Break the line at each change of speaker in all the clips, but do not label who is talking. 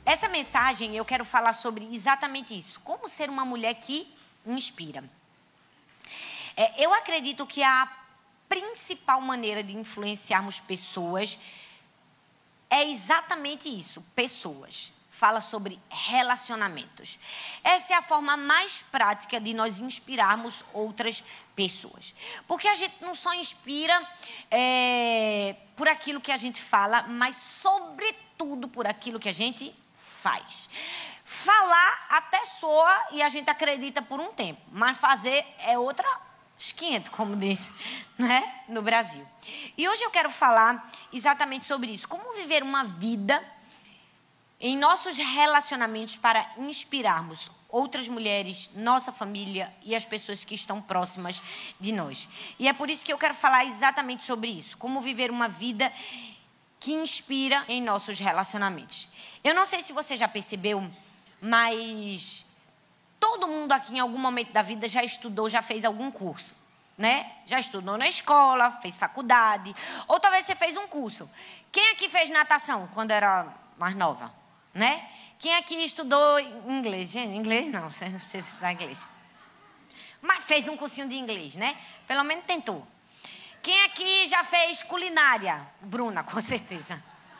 Essa mensagem eu quero falar sobre exatamente isso. Como ser uma mulher que inspira. Eu acredito que a principal maneira de influenciarmos pessoas é exatamente isso, pessoas. Fala sobre relacionamentos. Essa é a forma mais prática de nós inspirarmos outras pessoas. Porque a gente não só inspira por aquilo que a gente fala, mas sobretudo por aquilo que a gente faz. Falar até soa e a gente acredita por um tempo, mas fazer é outra 500, como diz, né, no Brasil. E hoje eu quero falar exatamente sobre isso. Como viver uma vida em nossos relacionamentos para inspirarmos outras mulheres, nossa família e as pessoas que estão próximas de nós. E é por isso que eu quero falar exatamente sobre isso. Como viver uma vida que inspira em nossos relacionamentos. Eu não sei se você já percebeu, mas todo mundo aqui em algum momento da vida já estudou, já fez algum curso, né? Já estudou na escola, fez faculdade, ou talvez você fez um curso. Quem aqui fez natação quando era mais nova, né? Quem aqui estudou inglês? Gente, inglês não, você não precisa estudar inglês. Mas fez um cursinho de inglês, né? Pelo menos tentou. Quem aqui já fez culinária? Bruna, com certeza.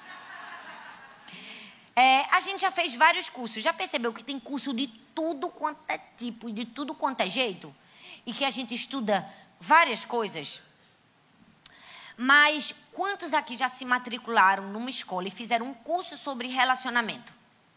A gente já fez vários cursos. Já percebeu que tem curso de tudo quanto é tipo e de tudo quanto é jeito? E que a gente estuda várias coisas? Mas quantos aqui já se matricularam numa escola e fizeram um curso sobre relacionamento?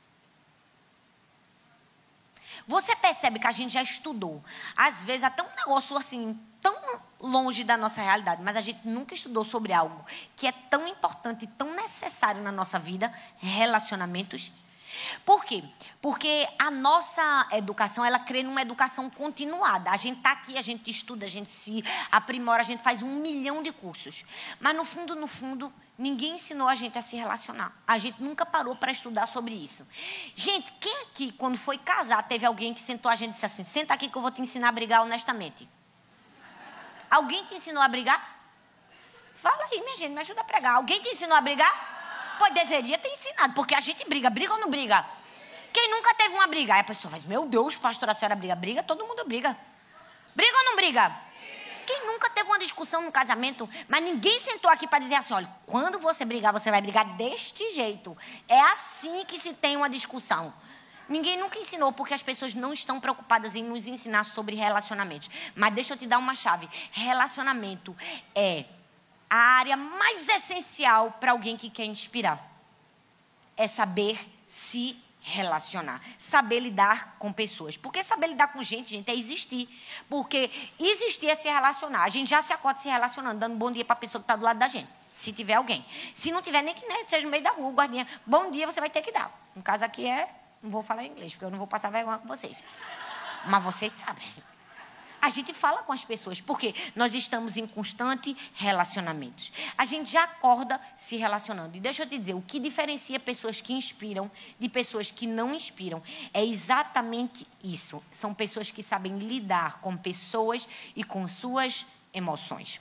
Você percebe que a gente já estudou. Às vezes até um negócio assim, tão longe da nossa realidade, mas a gente nunca estudou sobre algo que é tão importante e tão necessário na nossa vida, relacionamentos. Por quê? Porque a nossa educação, ela crê numa educação continuada. A gente está aqui, a gente estuda, a gente se aprimora, a gente faz 1 milhão de cursos. Mas no fundo, ninguém ensinou a gente a se relacionar. A gente nunca parou para estudar sobre isso. Gente, quem aqui, quando foi casar, teve alguém que sentou a gente e disse assim, senta aqui que eu vou te ensinar a brigar honestamente? Alguém te ensinou a brigar? Fala aí, minha gente, me ajuda a pregar. Alguém te ensinou a brigar? Pois deveria ter ensinado, porque a gente briga ou não briga? Quem nunca teve uma briga? Aí a pessoa faz, meu Deus, pastora, a senhora briga, todo mundo briga. Briga ou não briga? Quem nunca teve uma discussão no casamento, mas ninguém sentou aqui para dizer assim, olha, quando você brigar, você vai brigar deste jeito. É assim que se tem uma discussão. Ninguém nunca ensinou, porque as pessoas não estão preocupadas em nos ensinar sobre relacionamentos. Mas deixa eu te dar uma chave. Relacionamento é a área mais essencial para alguém que quer inspirar. É saber se relacionar. Saber lidar com pessoas. Porque saber lidar com gente, é existir. Porque existir é se relacionar. A gente já se acorda se relacionando, dando bom dia para a pessoa que está do lado da gente. Se tiver alguém. Se não tiver, nem que seja no meio da rua, guardinha. Bom dia você vai ter que dar. No caso aqui não vou falar inglês, porque eu não vou passar vergonha com vocês. Mas vocês sabem. A gente fala com as pessoas, porque nós estamos em constante relacionamentos. A gente já acorda se relacionando. E deixa eu te dizer, o que diferencia pessoas que inspiram de pessoas que não inspiram é exatamente isso. São pessoas que sabem lidar com pessoas e com suas emoções.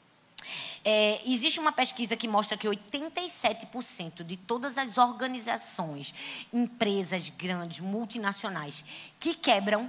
Existe uma pesquisa que mostra que 87% de todas as organizações, empresas grandes, multinacionais, que quebram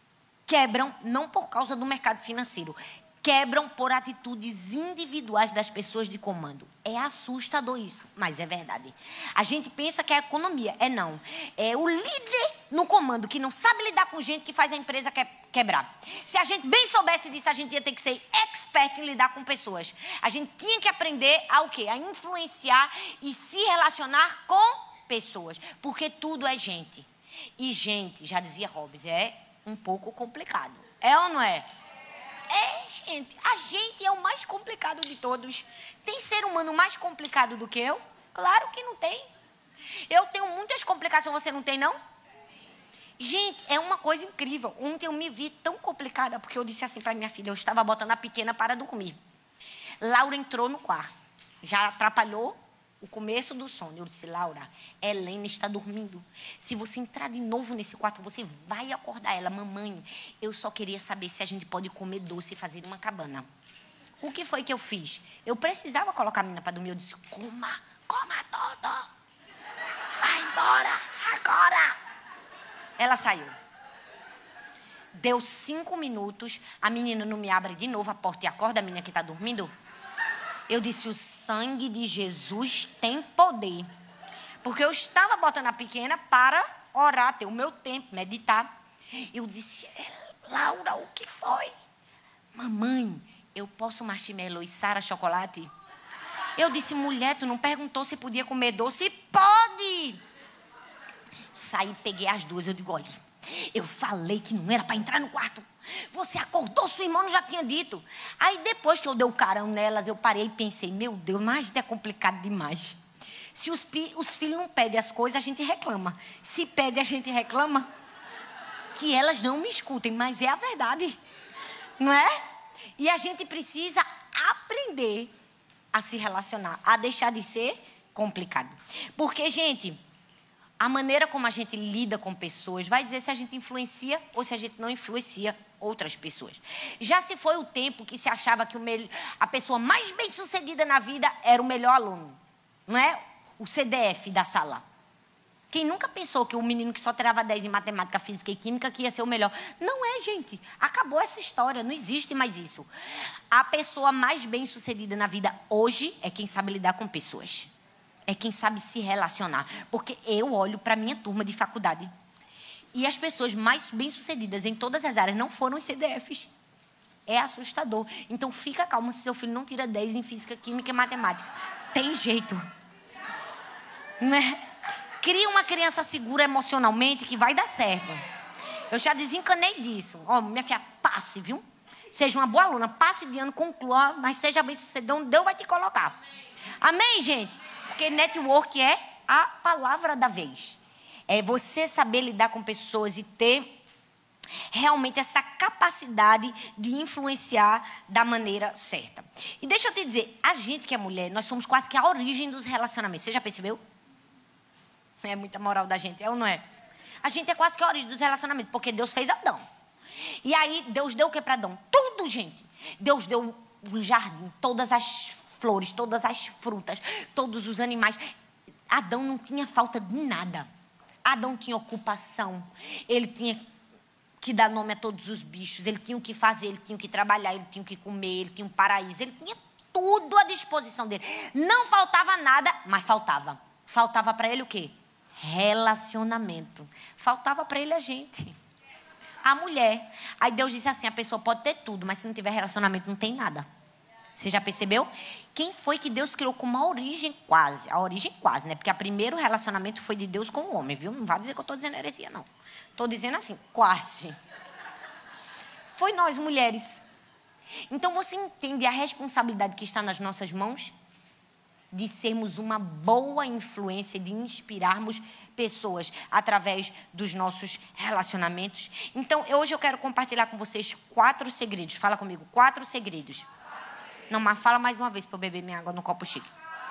não por causa do mercado financeiro, quebram por atitudes individuais das pessoas de comando. É assustador isso, mas é verdade. A gente pensa que é a economia, não. É o líder no comando que não sabe lidar com gente que faz a empresa quebrar. Se a gente bem soubesse disso, a gente ia ter que ser expert em lidar com pessoas. A gente tinha que aprender a quê? A influenciar e se relacionar com pessoas, porque tudo é gente. E gente, já dizia Hobbes, é um pouco complicado. É ou não é? Gente, a gente é o mais complicado de todos. Tem ser humano mais complicado do que eu? Claro que não tem. Eu tenho muitas complicações, você não tem, não? Gente, é uma coisa incrível. Ontem eu me vi tão complicada, porque eu disse assim para minha filha, eu estava botando a pequena para dormir. Laura entrou no quarto, já atrapalhou o começo do sono. Eu disse, Laura, Helena está dormindo. Se você entrar de novo nesse quarto, você vai acordar ela. Mamãe, eu só queria saber se a gente pode comer doce e fazer uma cabana. O que foi que eu fiz? Eu precisava colocar a menina para dormir. Eu disse, coma tudo. Vai embora, Ela saiu. Deu 5 minutos, a menina não me abre de novo a porta e acorda a menina que está dormindo. Eu disse, o sangue de Jesus tem poder. Porque eu estava botando a pequena para orar, ter o meu tempo, meditar. Eu disse, Laura, o que foi? Mamãe, eu posso marshmallow e Sara chocolate? Eu disse, mulher, tu não perguntou se podia comer doce? Pode! Saí, peguei as duas, eu digo, olha, eu falei que não era para entrar no quarto. Você acordou, sua irmã não já tinha dito. Aí depois que eu dei o carão nelas, eu parei e pensei, meu Deus, mas é complicado demais. Se os filhos não pedem as coisas, a gente reclama. Se pede, a gente reclama. Que elas não me escutem, mas é a verdade. Não é? E a gente precisa aprender a se relacionar, a deixar de ser complicado. Porque, gente, a maneira como a gente lida com pessoas vai dizer se a gente influencia ou se a gente não influencia outras pessoas. Já se foi o tempo que se achava que a pessoa mais bem-sucedida na vida era o melhor aluno. Não é? O CDF da sala. Quem nunca pensou que o menino que só tirava 10 em matemática, física e química que ia ser o melhor? Não é, gente. Acabou essa história, não existe mais isso. A pessoa mais bem-sucedida na vida hoje é quem sabe lidar com pessoas. É quem sabe se relacionar. Porque eu olho para a minha turma de faculdade e as pessoas mais bem-sucedidas em todas as áreas não foram os CDFs. É assustador. Então, fica calmo se seu filho não tira 10 em física, química e matemática. Tem jeito. Né? Cria uma criança segura emocionalmente que vai dar certo. Eu já desencanei disso. Ó, minha filha, passe, viu? Seja uma boa aluna, passe de ano, conclua, mas seja bem-sucedida onde Deus vai te colocar. Amém, gente? Porque network é a palavra da vez. É você saber lidar com pessoas e ter realmente essa capacidade de influenciar da maneira certa. E deixa eu te dizer, a gente que é mulher, nós somos quase que a origem dos relacionamentos. Você já percebeu? É muita moral da gente, é ou não é? A gente é quase que a origem dos relacionamentos, porque Deus fez Adão. E aí, Deus deu o que para Adão? Tudo, gente. Deus deu um jardim, todas as flores, todas as frutas, todos os animais. Adão não tinha falta de nada. Adão tinha ocupação. Ele tinha que dar nome a todos os bichos. Ele tinha o que fazer, ele tinha o que trabalhar, ele tinha o que comer, ele tinha um paraíso. Ele tinha tudo à disposição dele. Não faltava nada, mas faltava. Faltava para ele o quê? Relacionamento. Faltava para ele a gente. A mulher. Aí Deus disse assim, a pessoa pode ter tudo, mas se não tiver relacionamento, não tem nada. Você já percebeu? Quem foi que Deus criou com uma origem quase? A origem quase, né? Porque o primeiro relacionamento foi de Deus com o homem, viu? Não vai dizer que eu estou dizendo heresia, não. Estou dizendo assim, quase. Foi nós, mulheres. Então, você entende a responsabilidade que está nas nossas mãos? De sermos uma boa influência, de inspirarmos pessoas através dos nossos relacionamentos. Então, hoje eu quero compartilhar com vocês 4 segredos. Fala comigo, 4 segredos. Não, mas fala mais uma vez para eu beber minha água no copo chique.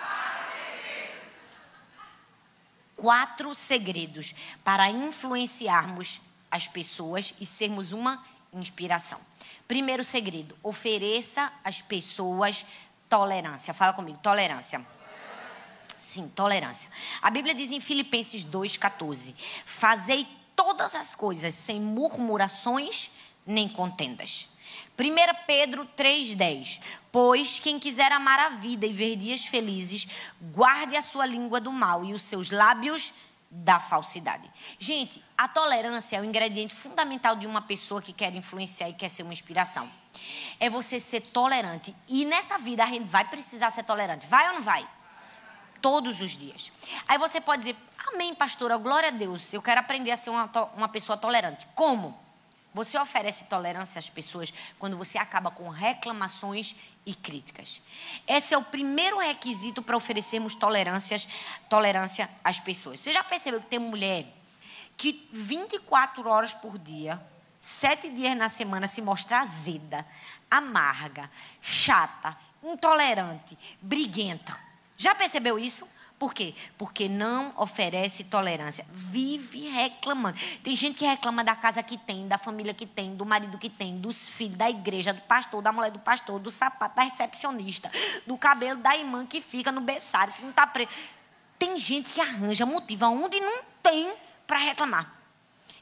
4 segredos para influenciarmos as pessoas e sermos uma inspiração. Primeiro segredo, ofereça às pessoas tolerância. Fala comigo, tolerância. Sim, tolerância. A Bíblia diz em Filipenses 2,14: fazei todas as coisas sem murmurações nem contendas. 1 Pedro 3,10: pois quem quiser amar a vida e ver dias felizes, guarde a sua língua do mal e os seus lábios da falsidade. Gente, a tolerância é o ingrediente fundamental de uma pessoa que quer influenciar e quer ser uma inspiração. É você ser tolerante. E nessa vida a gente vai precisar ser tolerante. Vai ou não vai? Todos os dias. Aí você pode dizer, amém, pastora, glória a Deus, eu quero aprender a ser uma pessoa tolerante. Como? Você oferece tolerância às pessoas quando você acaba com reclamações e críticas. Esse é o primeiro requisito para oferecermos tolerância às pessoas. Você já percebeu que tem mulher que 24 horas por dia, 7 dias na semana, se mostra azeda, amarga, chata, intolerante, briguenta? Já percebeu isso? Por quê? Porque não oferece tolerância. Vive reclamando. Tem gente que reclama da casa que tem, da família que tem, do marido que tem, dos filhos, da igreja, do pastor, da mulher do pastor, do sapato, da recepcionista, do cabelo da irmã que fica no berçário, que não está preso. Tem gente que arranja motivo onde não tem para reclamar.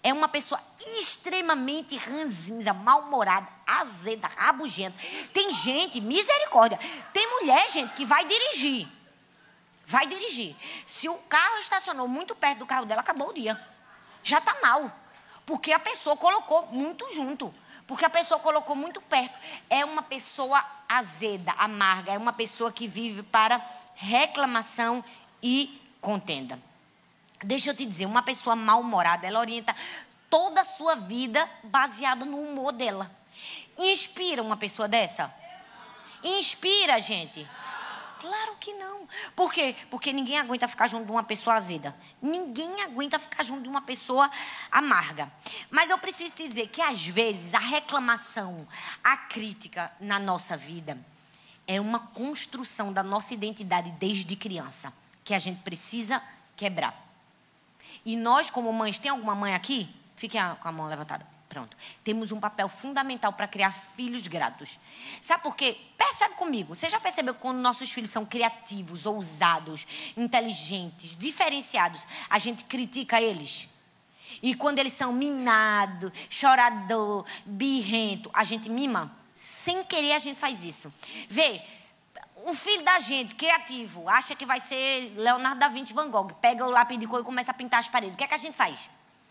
é uma pessoa extremamente ranzinza, mal-humorada, azeda, rabugenta. Tem gente, misericórdia, tem mulher, gente, que vai dirigir. Vai dirigir. Se o carro estacionou muito perto do carro dela, acabou o dia. Já está mal. Porque a pessoa colocou muito junto. Porque a pessoa colocou muito perto. É uma pessoa azeda, amarga. É uma pessoa que vive para reclamação e contenda. Deixa eu te dizer, uma pessoa mal-humorada, ela orienta toda a sua vida baseada no humor dela. Inspira uma pessoa dessa? Inspira, gente? Claro que não. Por quê? Porque ninguém aguenta ficar junto de uma pessoa azeda. Ninguém aguenta ficar junto de uma pessoa amarga. Mas eu preciso te dizer que, às vezes, a reclamação, a crítica na nossa vida é uma construção da nossa identidade desde criança, que a gente precisa quebrar. E nós, como mães, tem alguma mãe aqui? Fiquem com a mão levantada. Pronto. Temos um papel fundamental para criar filhos gratos. Sabe por quê? Percebe comigo. Você já percebeu que quando nossos filhos são criativos, ousados, inteligentes, diferenciados, a gente critica eles? E quando eles são mimados, chorador, birrento, a gente mima? Sem querer a gente faz isso. Vê, um filho da gente, criativo, acha que vai ser Leonardo da Vinci Van Gogh. Pega o lápis de cor e começa a pintar as paredes. O que é que a gente faz?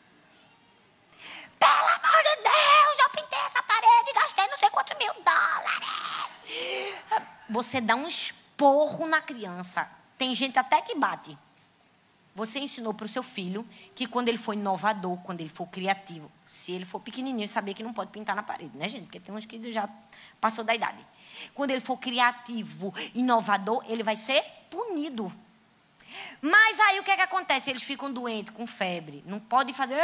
Pelo amor de Deus, eu pintei essa parede e gastei não sei quantos $1.000. Você dá um esporro na criança. Tem gente até que bate. Você ensinou para o seu filho que quando ele for inovador, quando ele for criativo, se ele for pequenininho, saber que não pode pintar na parede, né, gente? Porque tem uns que já passou da idade. Quando ele for criativo, inovador, ele vai ser punido. Mas aí o que é que acontece? Eles ficam doentes, com febre. Não pode fazer...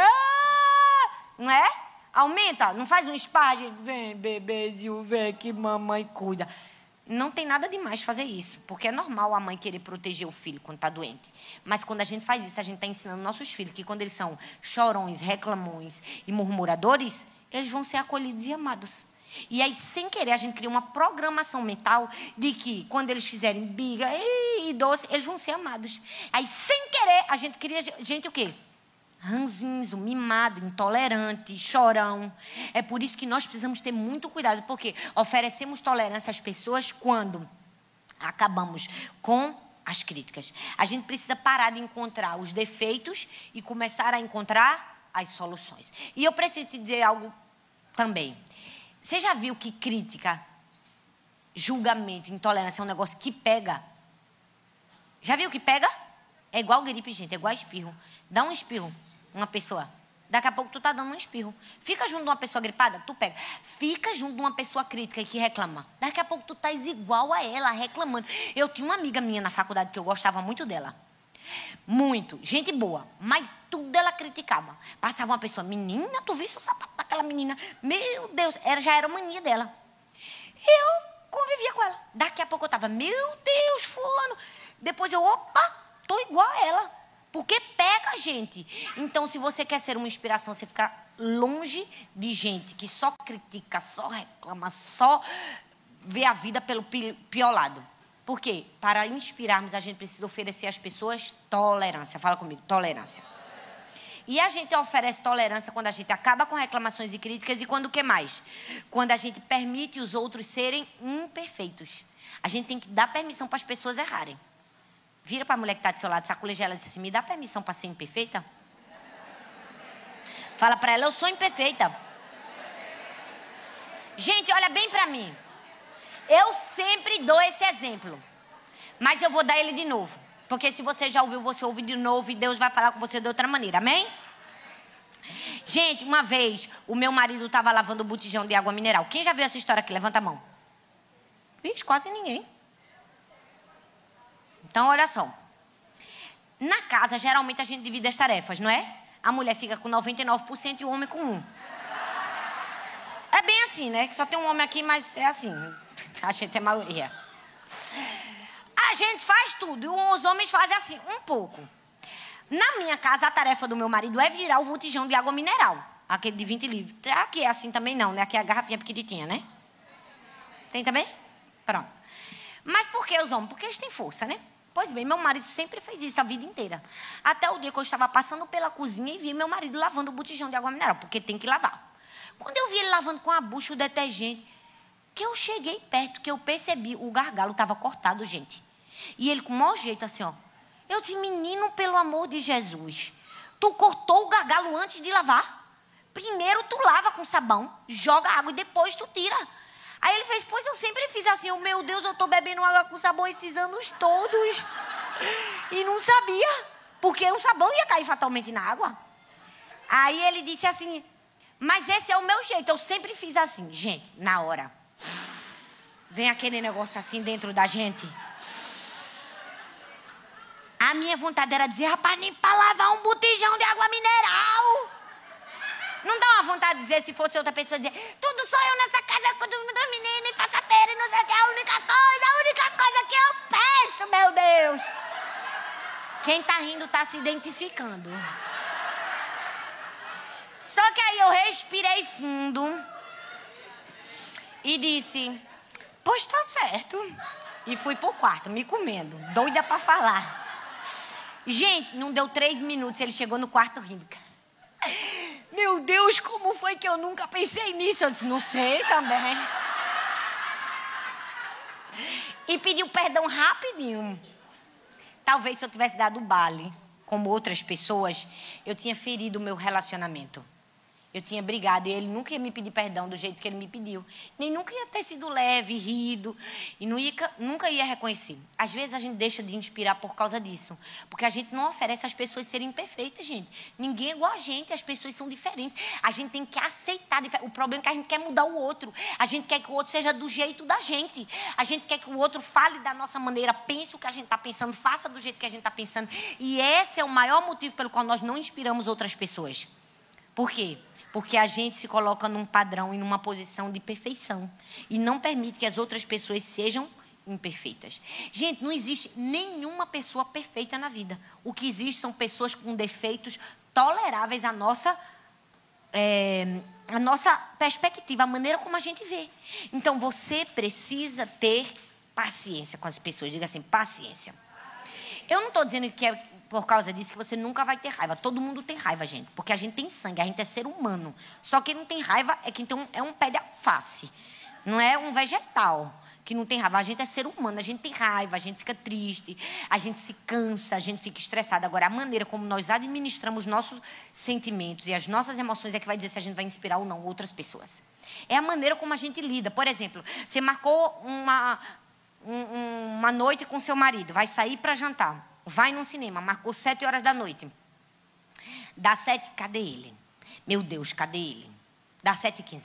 Não é? Aumenta, não faz um spa, gente. Vem, bebezinho, vem que mamãe cuida. Não tem nada demais fazer isso, porque é normal a mãe querer proteger o filho quando está doente. Mas quando a gente faz isso, a gente está ensinando nossos filhos que quando eles são chorões, reclamões e murmuradores, eles vão ser acolhidos e amados. E aí, sem querer, a gente cria uma programação mental de que quando eles fizerem biga e doce, eles vão ser amados. Aí, sem querer, a gente cria gente o quê? Ranzinzo, mimado, intolerante, chorão. É por isso que nós precisamos ter muito cuidado, porque oferecemos tolerância às pessoas quando acabamos com as críticas. A gente precisa parar de encontrar os defeitos e começar a encontrar as soluções. E eu preciso te dizer algo também. Você já viu que crítica, julgamento, intolerância é um negócio que pega? Já viu que pega? É igual gripe, gente, é igual espirro. Dá um espirro, uma pessoa. Daqui a pouco tu tá dando um espirro. Fica junto de uma pessoa gripada, tu pega. Fica junto de uma pessoa crítica e que reclama. Daqui a pouco tu estás igual a ela, reclamando. Eu tinha uma amiga minha na faculdade que eu gostava muito dela. Muito. Gente boa. Mas tudo ela criticava. Passava uma pessoa, menina, tu viste o sapato daquela menina? Meu Deus, já era mania dela. Eu convivia com ela. Daqui a pouco eu tava, meu Deus, fulano. Depois eu, opa, tô igual a ela. Porque pega a gente. Então, se você quer ser uma inspiração, você fica longe de gente que só critica, só reclama, só vê a vida pelo pior lado. Por quê? Para inspirarmos, a gente precisa oferecer às pessoas tolerância. Fala comigo, tolerância. E a gente oferece tolerância quando a gente acaba com reclamações e críticas e quando o que mais? Quando a gente permite os outros serem imperfeitos. A gente tem que dar permissão para as pessoas errarem. Vira para a mulher que está do seu lado, saculeja ela e diz assim, me dá permissão para ser imperfeita? Fala para ela, eu sou imperfeita. Gente, olha bem para mim. Eu sempre dou esse exemplo. Mas eu vou dar ele de novo. Porque se você já ouviu, você ouve de novo e Deus vai falar com você de outra maneira. Amém? Gente, uma vez, o meu marido estava lavando o botijão de água mineral. Quem já viu essa história aqui? Levanta a mão. Vixe, quase ninguém. Então, olha só. Na casa, geralmente, a gente divide as tarefas, não é? A mulher fica com 99% e o homem com 1%. É bem assim, né? Que só tem um homem aqui, mas é assim. A gente é a maioria. A gente faz tudo. E os homens fazem assim, um pouco. Na minha casa, a tarefa do meu marido é virar o botijão de água mineral. Aquele de 20 litros. Aqui é assim também não, né? Aqui é a garrafinha pequenininha, né? Tem também? Pronto. Mas por que os homens? Porque eles têm força, né? Pois bem, meu marido sempre fez isso a vida inteira. Até o dia que eu estava passando pela cozinha e vi meu marido lavando o botijão de água mineral, porque tem que lavar. Quando eu vi ele lavando com a bucha o detergente, que eu cheguei perto, que eu percebi, o gargalo estava cortado, gente. E ele com o maior jeito assim, ó. Eu disse, menino, pelo amor de Jesus, tu cortou o gargalo antes de lavar? Primeiro tu lava com sabão, joga água e depois tu tira. Aí ele fez, pois eu sempre fiz assim, meu Deus, eu estou bebendo água com sabão esses anos todos. E não sabia, porque o sabão ia cair fatalmente na água. Aí ele disse assim, mas esse é o meu jeito, eu sempre fiz assim. Gente, na hora, vem aquele negócio assim dentro da gente. A minha vontade era dizer, rapaz, nem para lavar um botijão de água mineral. Não dá uma vontade de dizer, se fosse outra pessoa, dizer, tudo sou eu nessa casa, cuido dos meninos e faço a feira e não sei o que, a única coisa que eu peço, meu Deus. Quem tá rindo tá se identificando. Só que aí eu respirei fundo e disse, pois tá certo. E fui pro quarto, me comendo, doida pra falar. Gente, não deu 3 minutos, ele chegou no quarto rindo. Meu Deus, como foi que eu nunca pensei nisso? Eu disse, não sei também. E pediu perdão rapidinho. Talvez se eu tivesse dado baile, como outras pessoas, eu tinha ferido o meu relacionamento. Eu tinha brigado e ele nunca ia me pedir perdão do jeito que ele me pediu. Nem nunca ia ter sido leve, rido. E nunca ia reconhecer. Às vezes a gente deixa de inspirar por causa disso. Porque a gente não oferece às pessoas serem perfeitas, gente. Ninguém é igual a gente, as pessoas são diferentes. A gente tem que aceitar. O problema é que a gente quer mudar o outro. A gente quer que o outro seja do jeito da gente. A gente quer que o outro fale da nossa maneira, pense o que a gente está pensando, faça do jeito que a gente está pensando. E esse é o maior motivo pelo qual nós não inspiramos outras pessoas. Por quê? Porque a gente se coloca num padrão e numa posição de perfeição. E não permite que as outras pessoas sejam imperfeitas. Gente, não existe nenhuma pessoa perfeita na vida. O que existe são pessoas com defeitos toleráveis à nossa perspectiva, a maneira como a gente vê. Então, você precisa ter paciência com as pessoas. Diga assim, paciência. Eu não estou dizendo que é por causa disso que você nunca vai ter raiva. Todo mundo tem raiva, gente. Porque a gente tem sangue, a gente é ser humano. Só quem não tem raiva é quem é um pé de alface. Não é um vegetal que não tem raiva. A gente é ser humano, a gente tem raiva, a gente fica triste, a gente se cansa, a gente fica estressado. Agora, a maneira como nós administramos nossos sentimentos e as nossas emoções é que vai dizer se a gente vai inspirar ou não outras pessoas. É a maneira como a gente lida. Por exemplo, você marcou uma noite com seu marido, vai sair para jantar. Vai num cinema, marcou 7 horas da noite. Dá 7, cadê ele? Meu Deus, cadê ele? Dá 7h15.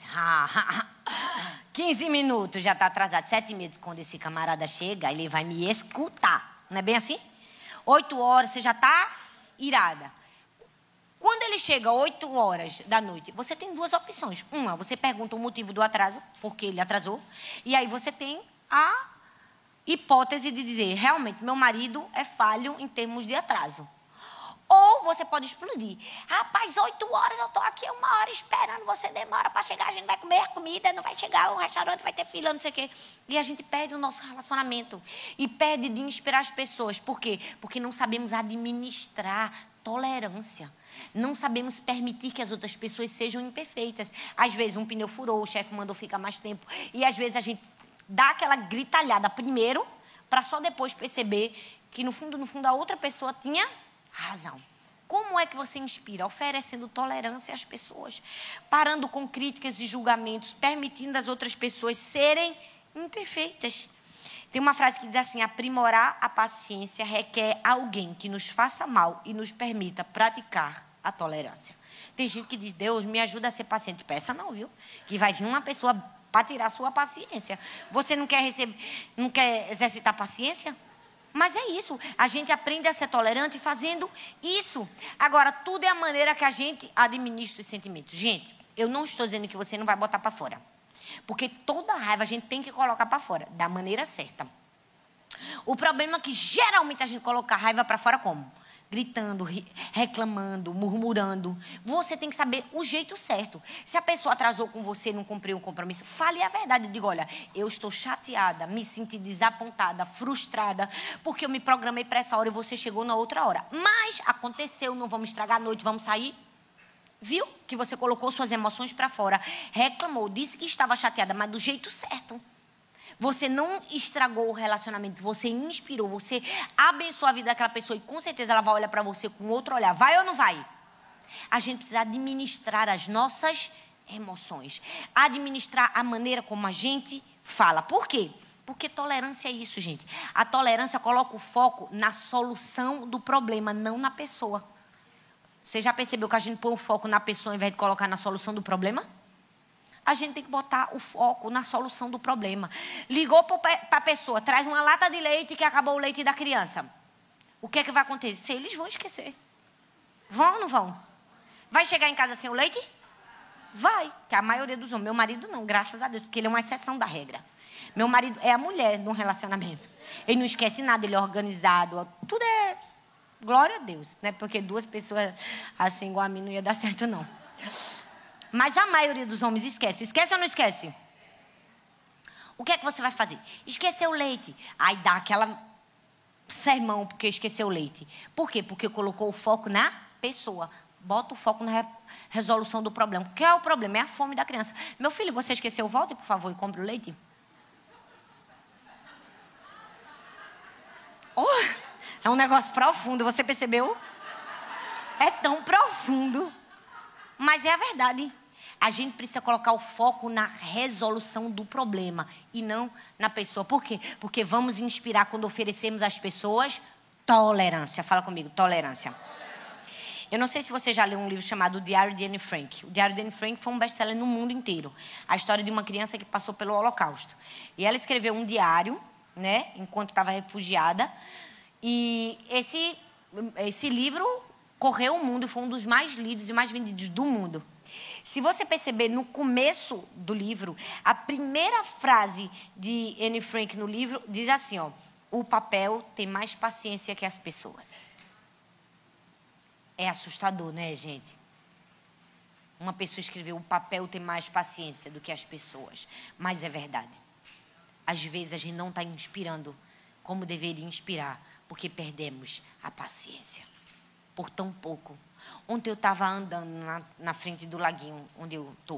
15 minutos, já está atrasado. 7h30, quando esse camarada chega, ele vai me escutar. Não é bem assim? 8 horas, você já está irada. Quando ele chega 8 horas da noite, você tem 2 opções. Uma, você pergunta o motivo do atraso, porque ele atrasou. E aí você tem a hipótese de dizer, realmente, meu marido é falho em termos de atraso. Ou você pode explodir. Rapaz, 8 horas, eu estou aqui 1 hora esperando, você demora para chegar, a gente vai comer a comida, não vai chegar, o restaurante vai ter fila, não sei o quê. E a gente perde o nosso relacionamento. E perde de inspirar as pessoas. Por quê? Porque não sabemos administrar tolerância. Não sabemos permitir que as outras pessoas sejam imperfeitas. Às vezes um pneu furou, o chefe mandou ficar mais tempo. E às vezes a gente dá aquela gritalhada primeiro, para só depois perceber que, no fundo, a outra pessoa tinha razão. Como é que você inspira? Oferecendo tolerância às pessoas, parando com críticas e julgamentos, permitindo as outras pessoas serem imperfeitas. Tem uma frase que diz assim, aprimorar a paciência requer alguém que nos faça mal e nos permita praticar a tolerância. Tem gente que diz, Deus, me ajuda a ser paciente. Peça não, viu? Que vai vir uma pessoa para tirar a sua paciência. Você não quer exercitar paciência? Mas é isso. A gente aprende a ser tolerante fazendo isso. Agora, tudo é a maneira que a gente administra os sentimentos. Gente, eu não estou dizendo que você não vai botar para fora. Porque toda raiva a gente tem que colocar para fora, da maneira certa. O problema é que geralmente a gente coloca a raiva para fora como? gritando, reclamando, murmurando. Você tem que saber o jeito certo. Se a pessoa atrasou com você, não cumpriu um compromisso, fale a verdade. Diga, olha, eu estou chateada, me senti desapontada, frustrada, porque eu me programei para essa hora e você chegou na outra hora. Mas aconteceu, não vamos estragar a noite, vamos sair. Viu que você colocou suas emoções para fora, reclamou, disse que estava chateada, mas do jeito certo. Você não estragou o relacionamento, você inspirou, você abençoou a vida daquela pessoa e com certeza ela vai olhar para você com outro olhar. Vai ou não vai? A gente precisa administrar as nossas emoções, administrar a maneira como a gente fala. Por quê? Porque tolerância é isso, gente. A tolerância coloca o foco na solução do problema, não na pessoa. Você já percebeu que a gente põe o foco na pessoa ao invés de colocar na solução do problema? A gente tem que botar o foco na solução do problema. Ligou para a pessoa, traz uma lata de leite que acabou o leite da criança. O que é que vai acontecer? Eles vão esquecer. Vão ou não vão? Vai chegar em casa sem o leite? Vai, que a maioria dos homens. Meu marido não, graças a Deus, porque ele é uma exceção da regra. Meu marido é a mulher num relacionamento. Ele não esquece nada, ele é organizado. Tudo é glória a Deus, né? Porque duas pessoas assim igual a mim não ia dar certo, não. Mas a maioria dos homens esquece. Esquece ou não esquece? O que é que você vai fazer? Esqueceu o leite. Aí dá aquela sermão porque esqueceu o leite. Por quê? Porque colocou o foco na pessoa. Bota o foco na resolução do problema. O que é o problema? É a fome da criança. Meu filho, você esqueceu? Volte, por favor, e compre o leite. Oh, é um negócio profundo, você percebeu? É tão profundo. Mas é a verdade. A gente precisa colocar o foco na resolução do problema e não na pessoa. Por quê? Porque vamos inspirar quando oferecemos às pessoas tolerância. Fala comigo, tolerância. Eu não sei se você já leu um livro chamado O Diário de Anne Frank. O Diário de Anne Frank foi um best-seller no mundo inteiro. A história de uma criança que passou pelo Holocausto. E ela escreveu um diário, né, enquanto estava refugiada. E esse livro correu o mundo e foi um dos mais lidos e mais vendidos do mundo. Se você perceber, no começo do livro, a primeira frase de Anne Frank no livro diz assim, ó, o papel tem mais paciência que as pessoas. É assustador, né, gente? Uma pessoa escreveu, o papel tem mais paciência do que as pessoas. Mas é verdade. Às vezes a gente não está inspirando como deveria inspirar, porque perdemos a paciência. Por tão pouco. Ontem eu estava andando na frente do laguinho onde eu estou.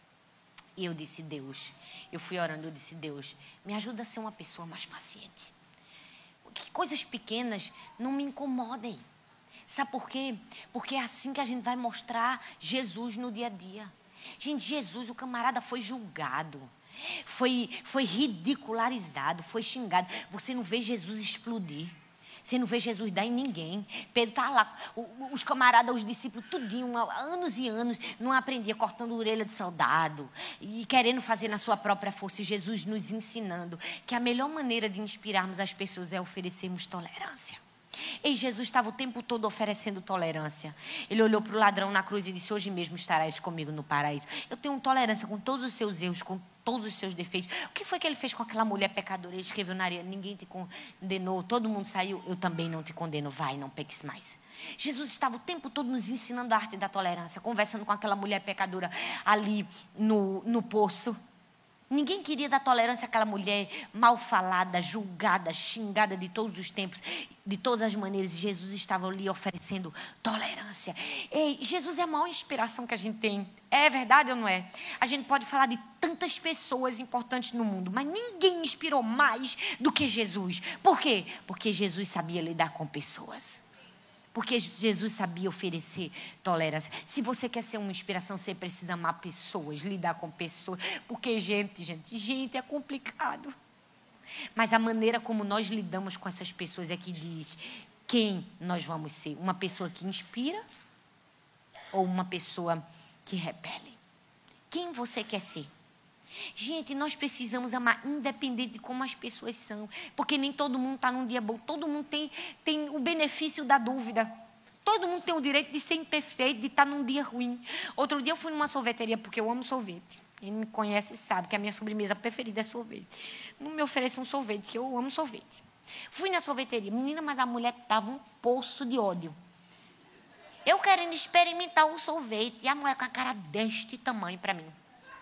E eu disse, Deus, eu fui orando, eu disse, Deus, me ajuda a ser uma pessoa mais paciente. Que coisas pequenas não me incomodem. Sabe por quê? Porque é assim que a gente vai mostrar Jesus no dia a dia. Gente, Jesus, o camarada foi julgado. Foi ridicularizado, foi xingado. Você não vê Jesus explodir. Você não vê Jesus dar em ninguém. Pedro está lá, os camaradas, os discípulos, tudinho, há anos e anos, não aprendia, cortando a orelha de soldado e querendo fazer na sua própria força. E Jesus nos ensinando que a melhor maneira de inspirarmos as pessoas é oferecermos tolerância. E Jesus estava o tempo todo oferecendo tolerância. Ele olhou para o ladrão na cruz e disse, hoje mesmo estarás comigo no paraíso. Eu tenho tolerância com todos os seus erros, com todos os seus defeitos. O que foi que ele fez com aquela mulher pecadora? Ele escreveu na areia, ninguém te condenou, todo mundo saiu, eu também não te condeno, vai, não peques mais. Jesus estava o tempo todo nos ensinando a arte da tolerância, conversando com aquela mulher pecadora ali no poço. Ninguém queria dar tolerância àquela mulher mal falada, julgada, xingada de todos os tempos, de todas as maneiras. E Jesus estava ali oferecendo tolerância. Ei, Jesus é a maior inspiração que a gente tem. É verdade ou não é? A gente pode falar de tantas pessoas importantes no mundo, mas ninguém inspirou mais do que Jesus. Por quê? Porque Jesus sabia lidar com pessoas. Porque Jesus sabia oferecer tolerância. Se você quer ser uma inspiração, você precisa amar pessoas, lidar com pessoas. Porque, gente é complicado. Mas a maneira como nós lidamos com essas pessoas é que diz quem nós vamos ser. Uma pessoa que inspira ou uma pessoa que repele. Quem você quer ser? Gente, nós precisamos amar independente de como as pessoas são. Porque nem todo mundo está num dia bom. Todo mundo tem o benefício da dúvida. Todo mundo tem o direito de ser imperfeito, de estar num dia ruim. Outro dia eu fui numa sorveteria, porque eu amo sorvete. Quem me conhece sabe que a minha sobremesa preferida é sorvete. Não me ofereça um sorvete, que eu amo sorvete. Fui na sorveteria. Menina, mas a mulher dava um poço de ódio. Eu querendo experimentar o sorvete. E a mulher com a cara deste tamanho para mim.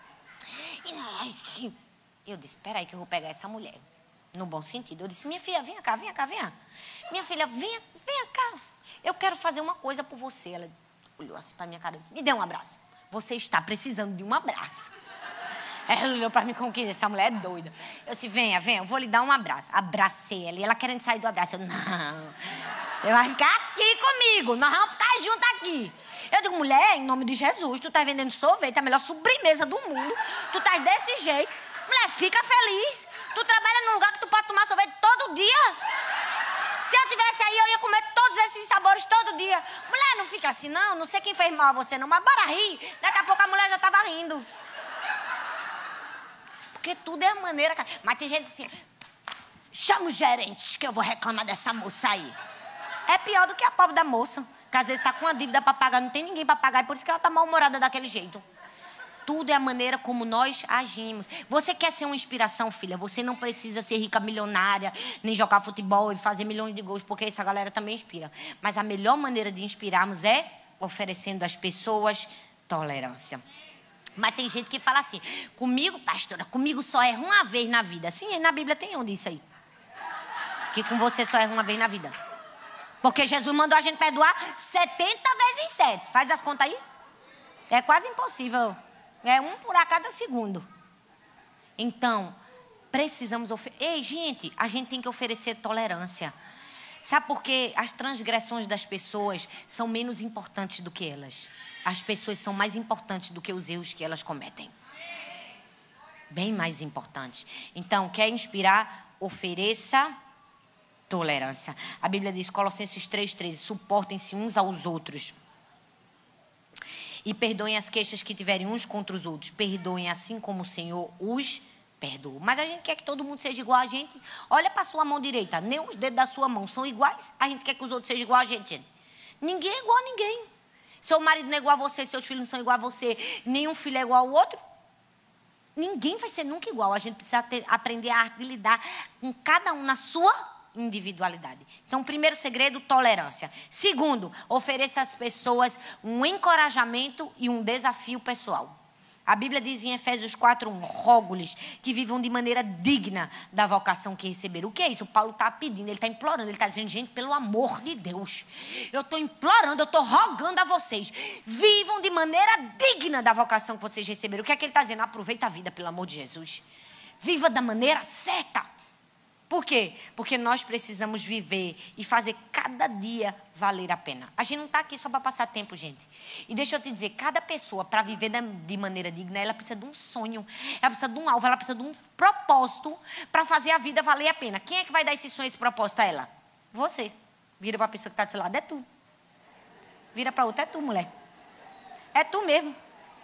E eu disse, espera aí que eu vou pegar essa mulher. No bom sentido. Eu disse, minha filha, vem cá, vem cá, vem cá. Minha filha, vem cá. Eu quero fazer uma coisa por você. Ela olhou assim para minha cara e disse, me dê um abraço. Você está precisando de um abraço. Ela olhou para mim como que essa mulher é doida. Eu disse, venha, eu vou lhe dar um abraço. Abracei ela e ela querendo sair do abraço. Eu, não, você vai ficar aqui comigo. Nós vamos ficar juntos aqui. Eu digo, mulher, em nome de Jesus, tu tá vendendo sorvete, a melhor sobremesa do mundo. Tu tá desse jeito. Mulher, fica feliz. Tu trabalha num lugar que tu pode tomar sorvete todo dia. Se eu tivesse aí, eu ia comer todos esses sabores todo dia. Mulher, não fica assim, não sei quem fez mal a você, não, mas bora rir. Daqui a pouco a mulher já tava rindo. Porque tudo é a maneira... Mas tem gente assim, chama os gerentes que eu vou reclamar dessa moça aí. É pior do que a pobre da moça, que às vezes está com uma dívida para pagar, não tem ninguém para pagar, e por isso que ela está mal-humorada daquele jeito. Tudo é a maneira como nós agimos. Você quer ser uma inspiração, filha? Você não precisa ser rica milionária, nem jogar futebol e fazer milhões de gols, porque essa galera também inspira. Mas a melhor maneira de inspirarmos é oferecendo às pessoas tolerância. Mas tem gente que fala assim, comigo, pastora, comigo só erra uma vez na vida. Sim, na Bíblia tem onde isso aí? Que com você só erra uma vez na vida. Porque Jesus mandou a gente perdoar 70 vezes 7. Faz as contas aí. É quase impossível. É um por a cada segundo. Então, precisamos oferecer... Ei, gente, a gente tem que oferecer tolerância. Sabe por quê? As transgressões das pessoas são menos importantes do que elas. As pessoas são mais importantes do que os erros que elas cometem. Bem mais importantes. Então, quer inspirar? Ofereça tolerância. A Bíblia diz, Colossenses 3,13, suportem-se uns aos outros. E perdoem as queixas que tiverem uns contra os outros. Perdoem assim como o Senhor os perdoa. Mas a gente quer que todo mundo seja igual a gente. Olha para a sua mão direita. Nem os dedos da sua mão são iguais. A gente quer que os outros sejam igual a gente. Ninguém é igual a ninguém. Seu marido não é igual a você, seus filhos não são igual a você, nenhum filho é igual ao outro. Ninguém vai ser nunca igual. A gente precisa aprender a arte de lidar com cada um na sua individualidade. Então, primeiro segredo, tolerância. Segundo, ofereça às pessoas um encorajamento e um desafio pessoal. A Bíblia diz em Efésios 4:1, rogo-lhes que vivam de maneira digna da vocação que receberam. O que é isso? Paulo está pedindo, ele está implorando, ele está dizendo, gente, pelo amor de Deus, eu estou implorando, eu estou rogando a vocês, vivam de maneira digna da vocação que vocês receberam. O que é que ele está dizendo? Aproveita a vida, pelo amor de Jesus. Viva da maneira certa. Por quê? Porque nós precisamos viver e fazer cada dia valer a pena. A gente não está aqui só para passar tempo, gente. E deixa eu te dizer, cada pessoa, para viver de maneira digna, ela precisa de um sonho, ela precisa de um alvo, ela precisa de um propósito para fazer a vida valer a pena. Quem é que vai dar esse sonho, esse propósito a ela? Você. Vira para a pessoa que está do seu lado, é tu. Vira para outra, é tu, mulher. É tu mesmo.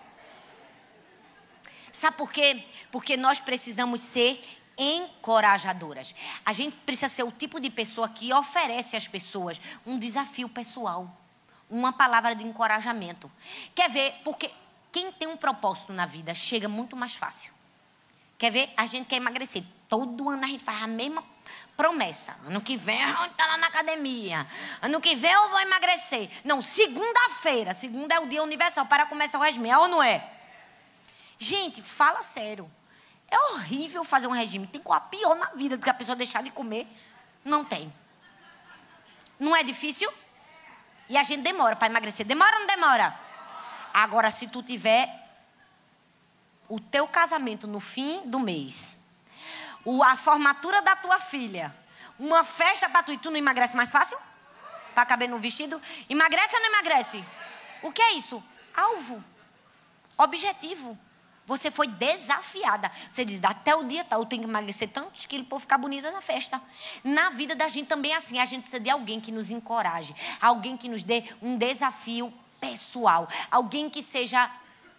Sabe por quê? Porque nós precisamos ser encorajadoras. A gente precisa ser o tipo de pessoa que oferece às pessoas um desafio pessoal, uma palavra de encorajamento. Quer ver? Porque quem tem um propósito na vida chega muito mais fácil. Quer ver? A gente quer emagrecer. Todo ano a gente faz a mesma promessa. Ano que vem a gente está lá na academia. Ano que vem eu vou emagrecer. Não, segunda-feira. Segunda é o dia universal para começar o regime. É ou não é? Gente, fala sério. É horrível fazer um regime. Tem coisa pior na vida do que a pessoa deixar de comer. Não tem. Não é difícil? E a gente demora para emagrecer. Demora ou não demora? Agora, se tu tiver o teu casamento no fim do mês, a formatura da tua filha, uma festa para tu e tu não emagrece mais fácil? Para caber no vestido? Emagrece ou não emagrece? O que é isso? Alvo. Objetivo. Você foi desafiada. Você diz, até o dia tal, eu tenho que emagrecer tantos quilos para ficar bonita na festa. Na vida da gente também é assim. A gente precisa de alguém que nos encoraje. Alguém que nos dê um desafio pessoal. Alguém que seja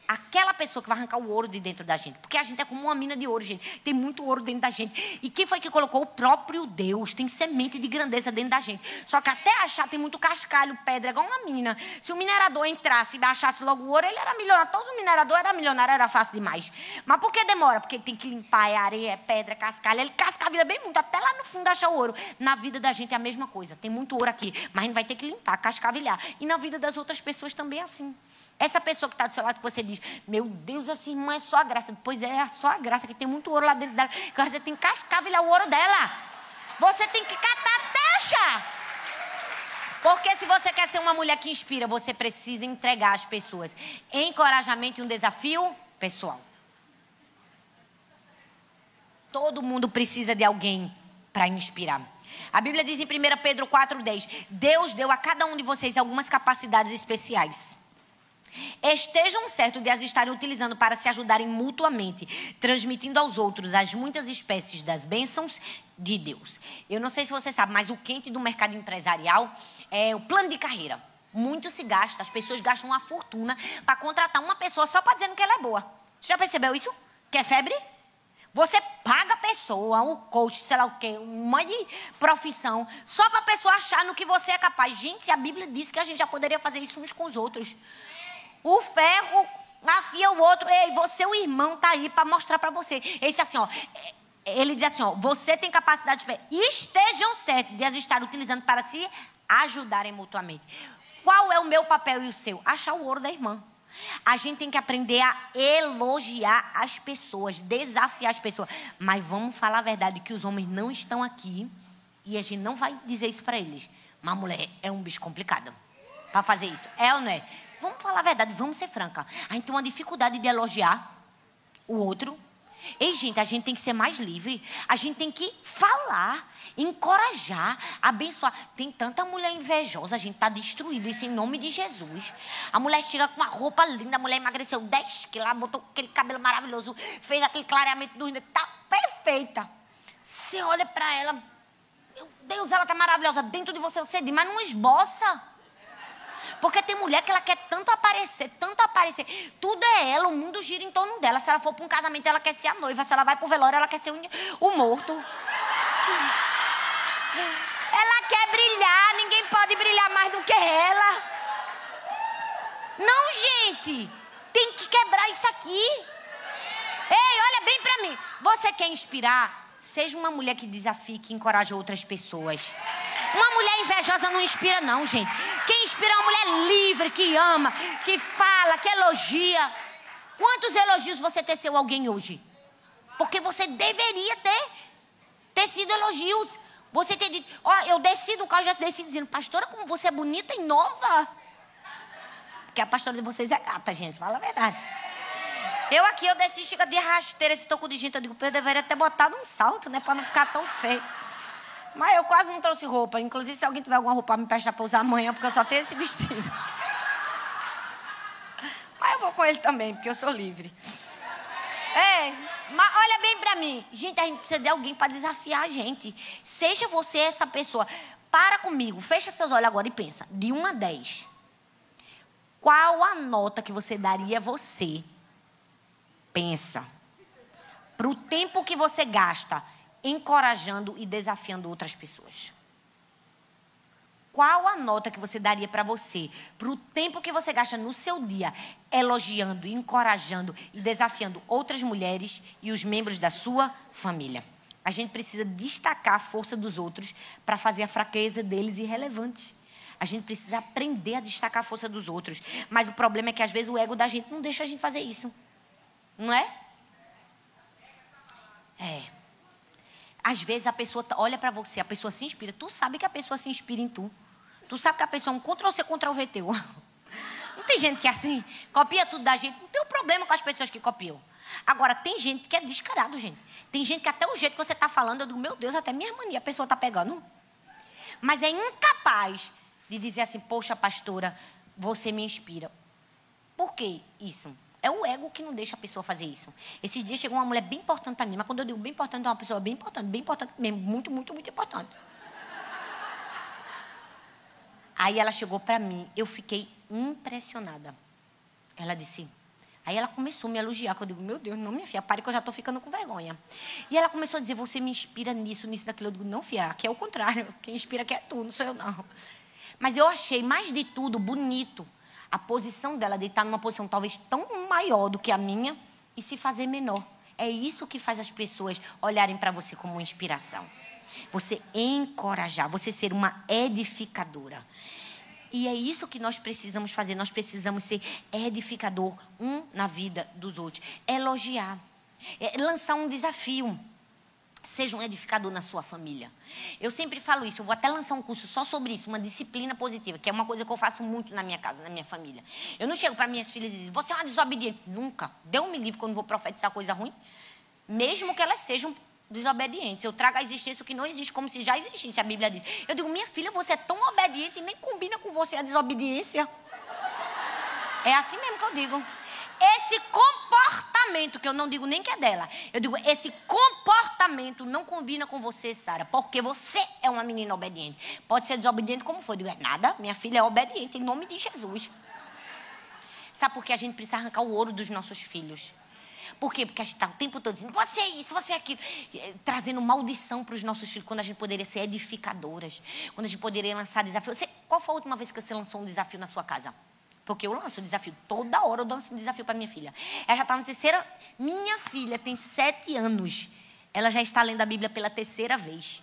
aquela pessoa que vai arrancar o ouro de dentro da gente. Porque a gente é como uma mina de ouro, gente. Tem muito ouro dentro da gente. E quem foi que colocou? O próprio Deus. Tem semente de grandeza dentro da gente. Só que até achar tem muito cascalho, pedra, igual uma mina. Se o minerador entrasse e achasse logo o ouro, ele era milionário. Todo minerador era milionário, era fácil demais. Mas por que demora? Porque tem que limpar, é areia, é pedra, é cascalho. Ele cascavila bem muito, até lá no fundo achar o ouro. Na vida da gente é a mesma coisa. Tem muito ouro aqui, mas a gente vai ter que limpar, cascavilhar. E na vida das outras pessoas também é assim. Essa pessoa que está do seu lado, que você diz, meu Deus, essa irmã é só a graça. Pois é só a graça, que tem muito ouro lá dentro dela. Que você tem que cascavilhar o ouro dela. Você tem que catar até achar. Porque se você quer ser uma mulher que inspira, você precisa entregar às pessoas encorajamento e um desafio pessoal. Todo mundo precisa de alguém para inspirar. A Bíblia diz em 1 Pedro 4,10, Deus deu a cada um de vocês algumas capacidades especiais. Estejam certos de as estarem utilizando para se ajudarem mutuamente, transmitindo aos outros as muitas espécies das bênçãos de Deus. Eu não sei se você sabe, mas o quente do mercado empresarial é o plano de carreira. Muito se gasta, as pessoas gastam uma fortuna para contratar uma pessoa só para dizer que ela é boa. Já percebeu isso? Que é febre? Você paga a pessoa, um coach, sei lá o quê, uma de profissão, só para a pessoa achar no que você é capaz. Gente, se a Bíblia diz que a gente já poderia fazer isso uns com os outros. O ferro afia o outro. Ei, você, o irmão, tá aí para mostrar para você. Esse assim, ó. Ele diz assim, ó. Você tem capacidade de... Estejam certos de as estar utilizando para se ajudarem mutuamente. Qual é o meu papel e o seu? Achar o ouro da irmã. A gente tem que aprender a elogiar as pessoas, desafiar as pessoas. Mas vamos falar a verdade, que os homens não estão aqui e a gente não vai dizer isso para eles. Mas a mulher é um bicho complicado para fazer isso. É ou não é? Vamos falar a verdade, vamos ser franca. A gente tem uma dificuldade de elogiar o outro. Ei, gente, a gente tem que ser mais livre. A gente tem que falar, encorajar, abençoar. Tem tanta mulher invejosa, a gente está destruído isso em nome de Jesus. A mulher chega com uma roupa linda, a mulher emagreceu 10 quilos, botou aquele cabelo maravilhoso, fez aquele clareamento do rosto, está perfeita. Você olha para ela, meu Deus, ela está maravilhosa. Dentro de você, você diz, mas não esboça. Porque tem mulher que ela quer tanto aparecer, tanto aparecer. Tudo é ela, o mundo gira em torno dela. Se ela for para um casamento, ela quer ser a noiva. Se ela vai para o velório, ela quer ser o morto. Ela quer brilhar, ninguém pode brilhar mais do que ela. Não, gente, tem que quebrar isso aqui. Ei, olha bem para mim. Você quer inspirar? Seja uma mulher que desafie, que encoraja outras pessoas. Uma mulher invejosa não inspira, não, gente. Quem inspira é uma mulher livre, que ama, que fala, que elogia. Quantos elogios você teceu alguém hoje? Porque você deveria ter sido elogios. Você ter dito, ó, eu desci do carro, já desci dizendo, pastora, como você é bonita e nova. Porque a pastora de vocês é gata, gente, fala a verdade. Eu desci, chega de rasteira, esse toco de gente, eu digo, eu deveria ter botado um salto, né, para não ficar tão feio. Mas eu quase não trouxe roupa. Inclusive, se alguém tiver alguma roupa, me emprestar para usar amanhã, porque eu só tenho esse vestido. Mas eu vou com ele também, porque eu sou livre. Mas olha bem para mim. Gente, a gente precisa de alguém para desafiar a gente. Seja você essa pessoa. Para comigo, fecha seus olhos agora e pensa. De 1 a 10. Qual a nota que você daria a você? Pensa. Para o tempo que você gasta encorajando e desafiando outras pessoas. Qual a nota que você daria para você, para o tempo que você gasta no seu dia, elogiando, encorajando e desafiando outras mulheres e os membros da sua família? A gente precisa destacar a força dos outros para fazer a fraqueza deles irrelevante. A gente precisa aprender a destacar a força dos outros. Mas o problema é que às vezes o ego da gente não deixa a gente fazer isso. Não é? Às vezes a pessoa olha para você, a pessoa se inspira. Tu sabe que a pessoa se inspira em tu. Tu sabe que a pessoa é um Ctrl-C, Ctrl-V teu. Não tem gente que é assim, copia tudo da gente. Não tem um problema com as pessoas que copiam. Agora, tem gente que é descarado, gente. Tem gente que até o jeito que você está falando, eu digo, meu Deus, até minha mania a pessoa está pegando. Mas é incapaz de dizer assim, poxa, pastora, você me inspira. Por que isso? É o ego que não deixa a pessoa fazer isso. Esse dia chegou uma mulher bem importante para mim, mas quando eu digo bem importante, é uma pessoa bem importante mesmo, muito, muito, muito importante. Aí ela chegou para mim, eu fiquei impressionada. Ela disse, Aí ela começou a me elogiar, que eu digo, meu Deus, não, minha filha, pare que eu já estou ficando com vergonha. E ela começou a dizer, você me inspira nisso, naquilo. Eu digo, não, filha, aqui é o contrário. Quem inspira aqui é tu, não sou eu, não. Mas eu achei, mais de tudo, bonito a posição dela, de estar numa posição talvez tão maior do que a minha e se fazer menor. É isso que faz as pessoas olharem para você como uma inspiração. Você encorajar, você ser uma edificadora. E é isso que nós precisamos fazer. Nós precisamos ser edificador um na vida dos outros. Elogiar. Lançar um desafio. Seja um edificador na sua família. Eu sempre falo isso. Eu vou até lançar um curso só sobre isso. Uma disciplina positiva. Que é uma coisa que eu faço muito na minha casa, na minha família. Eu não chego para minhas filhas e digo, você é uma desobediente. Nunca. Deu me livre quando vou profetizar coisa ruim. Mesmo que elas sejam desobedientes. Eu trago à existência o que não existe, como se já existisse, a Bíblia diz. Eu digo, minha filha, você é tão obediente e nem combina com você a desobediência. É assim mesmo que eu digo. Esse comportamento, que eu não digo nem que é dela, eu digo, esse comportamento não combina com você, Sara, porque você é uma menina obediente. Pode ser desobediente como for. Eu digo, é nada, minha filha é obediente, em nome de Jesus. Sabe por que a gente precisa arrancar o ouro dos nossos filhos? Por quê? Porque a gente está o tempo todo dizendo, você é isso, você é aquilo. Trazendo maldição para os nossos filhos, quando a gente poderia ser edificadoras. Quando a gente poderia lançar desafio. Qual foi a última vez que você lançou um desafio na sua casa? Porque eu lanço um desafio. Toda hora eu lanço um desafio para minha filha. Ela já está na terceira... Minha filha tem 7 anos. Ela já está lendo a Bíblia pela 3ª vez.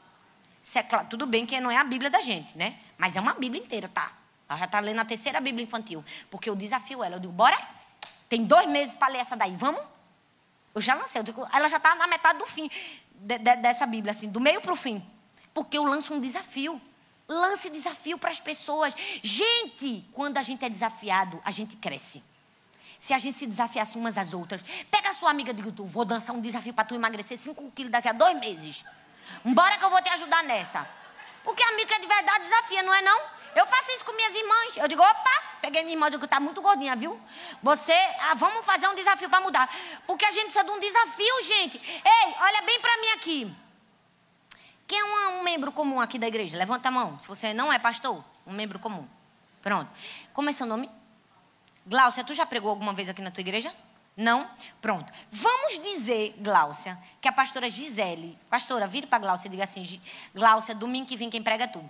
Tudo bem que não é a Bíblia da gente, né? Mas é uma Bíblia inteira, tá? Ela já está lendo a 3ª Bíblia infantil. Porque eu desafio ela. Eu digo, bora... Tem 2 meses para ler essa daí, vamos? Eu já lancei. Ela já está na metade do fim dessa Bíblia, assim, do meio para o fim. Porque eu lanço um desafio. Lance desafio para as pessoas. Gente, quando a gente é desafiado, a gente cresce. Se a gente se desafiasse umas às outras, pega a sua amiga e diga, vou dançar um desafio para tu emagrecer 5 quilos daqui a 2 meses. Bora que eu vou te ajudar nessa. Porque a amiga de verdade desafia, não é não? Eu faço isso com minhas irmãs. Eu digo, opa, peguei minha irmã, eu digo, tá muito gordinha, viu? Vamos fazer um desafio para mudar. Porque a gente precisa de um desafio, gente. Ei, olha bem para mim aqui. Quem é um membro comum aqui da igreja? Levanta a mão. Se você não é pastor, um membro comum. Pronto. Como é seu nome? Gláucia, tu já pregou alguma vez aqui na tua igreja? Não? Pronto. Vamos dizer, Gláucia, que a pastora Gisele... Pastora, vire para Gláucia e diga assim, Gláucia, domingo que vem quem prega é tu.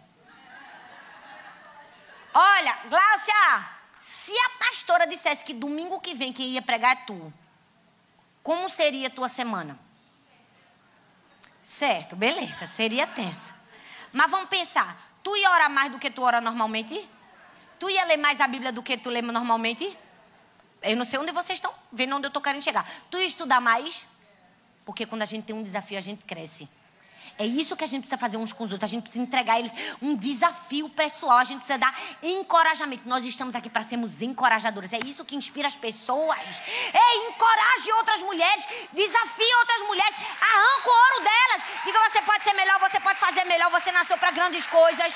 Olha, Gláucia, se a pastora dissesse que domingo que vem quem ia pregar é tu, como seria a tua semana? Certo, beleza, seria tensa. Mas vamos pensar, tu ia orar mais do que tu ora normalmente? Tu ia ler mais a Bíblia do que tu lê normalmente? Eu não sei onde vocês estão vendo, onde eu estou querendo chegar. Tu ia estudar mais? Porque quando a gente tem um desafio, a gente cresce. É isso que a gente precisa fazer uns com os outros. A gente precisa entregar a eles um desafio pessoal. A gente precisa dar encorajamento. Nós estamos aqui para sermos encorajadores. É isso que inspira as pessoas. Encoraje outras mulheres. Desafie outras mulheres. Arranca o ouro delas. Diga, você pode ser melhor, você pode fazer melhor. Você nasceu para grandes coisas.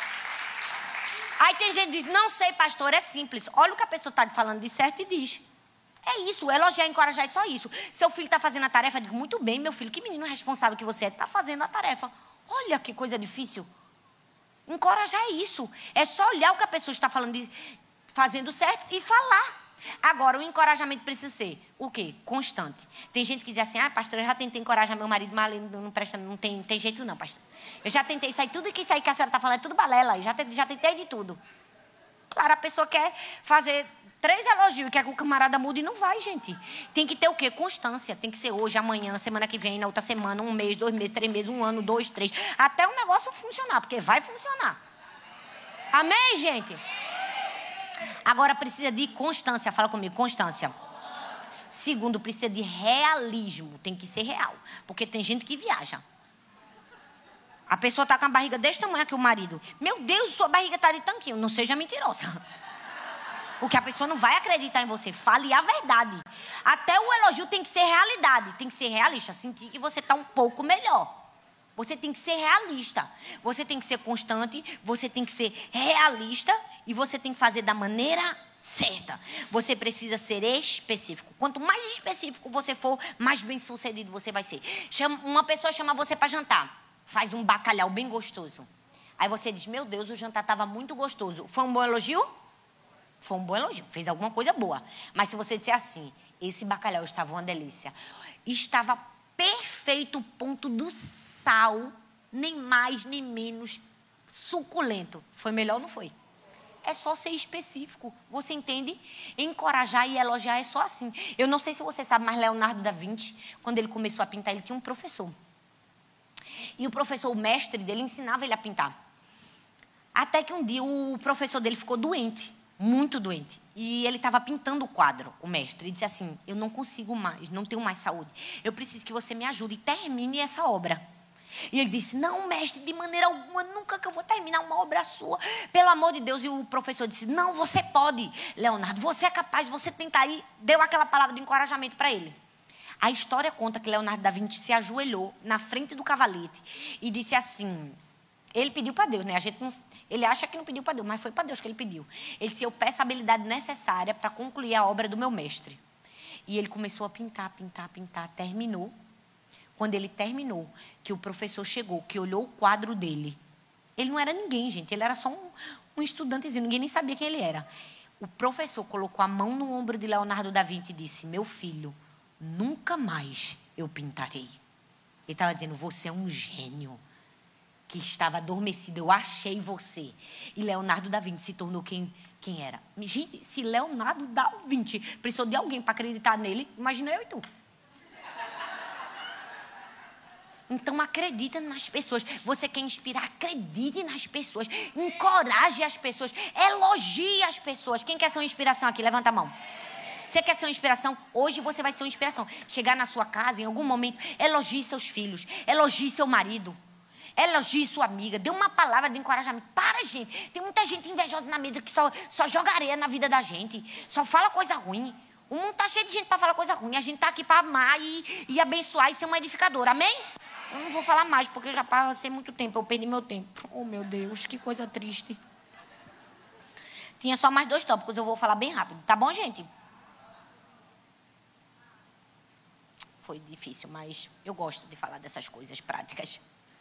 Aí tem gente que diz, não sei, pastor, é simples. Olha o que a pessoa está falando de certo e diz. É isso, elogiar, encorajar é só isso. Seu filho está fazendo a tarefa, digo, muito bem, meu filho, que menino responsável que você é, está fazendo a tarefa. Olha que coisa difícil. Encorajar é isso. É só olhar o que a pessoa está falando, fazendo certo e falar. Agora, o encorajamento precisa ser o quê? Constante. Tem gente que diz assim, pastor, eu já tentei encorajar meu marido, mas não presta, não tem jeito não, pastor. Eu já tentei sair, tudo que isso aí que a senhora está falando é tudo balela, já tentei de tudo. Claro, a pessoa quer fazer 3 elogios, quer que o camarada mude e não vai, gente. Tem que ter o quê? Constância. Tem que ser hoje, amanhã, semana que vem, na outra semana, 1 mês, 2 meses, 3 meses, 1 ano, 2, 3. Até o negócio funcionar, porque vai funcionar. Amém, gente? Agora precisa de constância. Fala comigo, constância. Segundo, precisa de realismo. Tem que ser real. Porque tem gente que viaja. A pessoa está com a barriga desse tamanho aqui, o marido. Meu Deus, sua barriga está de tanquinho. Não seja mentirosa. Porque a pessoa não vai acreditar em você. Fale a verdade. Até o elogio tem que ser realidade. Tem que ser realista. Sentir que você está um pouco melhor. Você tem que ser realista. Você tem que ser constante. Você tem que ser realista. E você tem que fazer da maneira certa. Você precisa ser específico. Quanto mais específico você for, mais bem sucedido você vai ser. Uma pessoa chama você para jantar. Faz um bacalhau bem gostoso. Aí você diz, meu Deus, o jantar estava muito gostoso. Foi um bom elogio? Foi um bom elogio, fez alguma coisa boa. Mas se você disser assim, esse bacalhau estava uma delícia, estava perfeito o ponto do sal, nem mais nem menos, suculento. Foi melhor ou não foi? É só ser específico, você entende? Encorajar e elogiar é só assim. Eu não sei se você sabe, mas Leonardo da Vinci, quando ele começou a pintar, ele tinha um professor. E o professor, o mestre dele, ensinava ele a pintar. Até que um dia o professor dele ficou doente, muito doente. E ele estava pintando o quadro, o mestre, e disse assim, eu não consigo mais, não tenho mais saúde. Eu preciso que você me ajude e termine essa obra. E ele disse, não, mestre, de maneira alguma, nunca que eu vou terminar uma obra sua. Pelo amor de Deus. E o professor disse, não, você pode, Leonardo, você é capaz, você tenta aí. Deu aquela palavra de encorajamento para ele. A história conta que Leonardo da Vinci se ajoelhou na frente do cavalete e disse assim, ele pediu para Deus, né? Ele acha que não pediu para Deus, mas foi para Deus que ele pediu. Ele disse, eu peço a habilidade necessária para concluir a obra do meu mestre. E ele começou a pintar, terminou. Quando ele terminou, que o professor chegou, que olhou o quadro dele. Ele não era ninguém, gente. Ele era só um estudantezinho. Ninguém nem sabia quem ele era. O professor colocou a mão no ombro de Leonardo da Vinci e disse, meu filho, nunca mais eu pintarei. Ele estava dizendo, você é um gênio que estava adormecido. Eu achei você. E Leonardo da Vinci se tornou quem era. Gente, se Leonardo da Vinci precisou de alguém para acreditar nele, imagina eu e tu. Então, acredita nas pessoas. Você quer inspirar? Acredite nas pessoas. Encoraje as pessoas. Elogie as pessoas. Quem quer ser uma inspiração aqui? Levanta a mão. Você quer ser uma inspiração? Hoje você vai ser uma inspiração. Chegar na sua casa, em algum momento, elogie seus filhos. Elogie seu marido. Elogie sua amiga. Dê uma palavra de encorajamento. Para, gente. Tem muita gente invejosa na mesa que só joga areia na vida da gente. Só fala coisa ruim. O mundo está cheio de gente para falar coisa ruim. A gente está aqui para amar e abençoar e ser uma edificadora. Amém? Eu não vou falar mais, porque eu já passei muito tempo. Eu perdi meu tempo. Oh, meu Deus, que coisa triste. Tinha só mais 2 tópicos, eu vou falar bem rápido. Tá bom, gente? Foi difícil, mas eu gosto de falar dessas coisas práticas.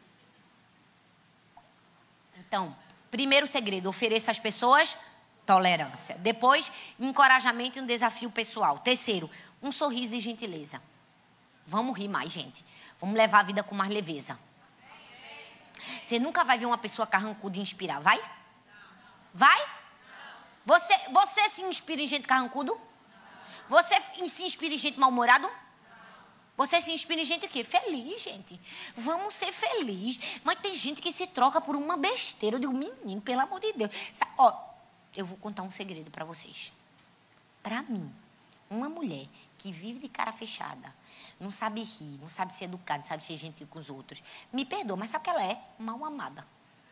Então, primeiro segredo, ofereça às pessoas tolerância. Depois, encorajamento e um desafio pessoal. Terceiro, um sorriso e gentileza. Vamos rir mais, gente. Vamos levar a vida com mais leveza. Você nunca vai ver uma pessoa carrancuda e inspirar, vai? Vai? Você se inspira em gente carrancudo? Você se inspira em gente mal-humorado? Você se inspira em gente o quê? Feliz, gente. Vamos ser felizes. Mas tem gente que se troca por uma besteira. Eu digo, menino, pelo amor de Deus. Ó, eu vou contar um segredo para vocês. Para mim, uma mulher que vive de cara fechada, não sabe rir, não sabe ser educada, não sabe ser gentil com os outros, me perdoa, mas sabe o que ela é? Mal amada.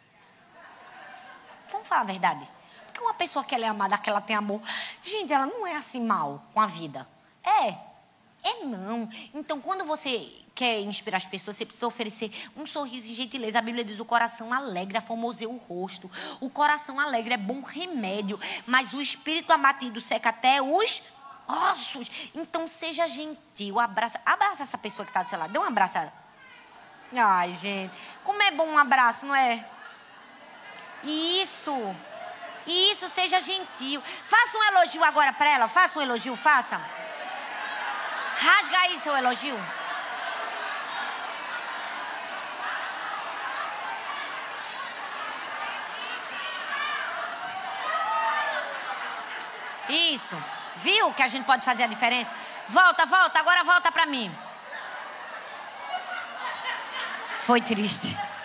Vamos falar a verdade. Porque uma pessoa que ela é amada, que ela tem amor, gente, ela não é assim mal com a vida. É não. Então, quando você quer inspirar as pessoas, você precisa oferecer um sorriso e gentileza. A Bíblia diz, o coração alegre aformoseia o rosto. O coração alegre é bom remédio, mas o espírito abatido seca até os ossos. Então, seja gentil, abraça essa pessoa que está do seu lado. Dê um abraço a ela. Ai, gente, como é bom um abraço, não é? Isso, seja gentil. Faça um elogio agora para ela. Faça um elogio, faça. Rasga aí seu elogio. Isso. Viu que a gente pode fazer a diferença? Volta, agora volta pra mim. Foi triste.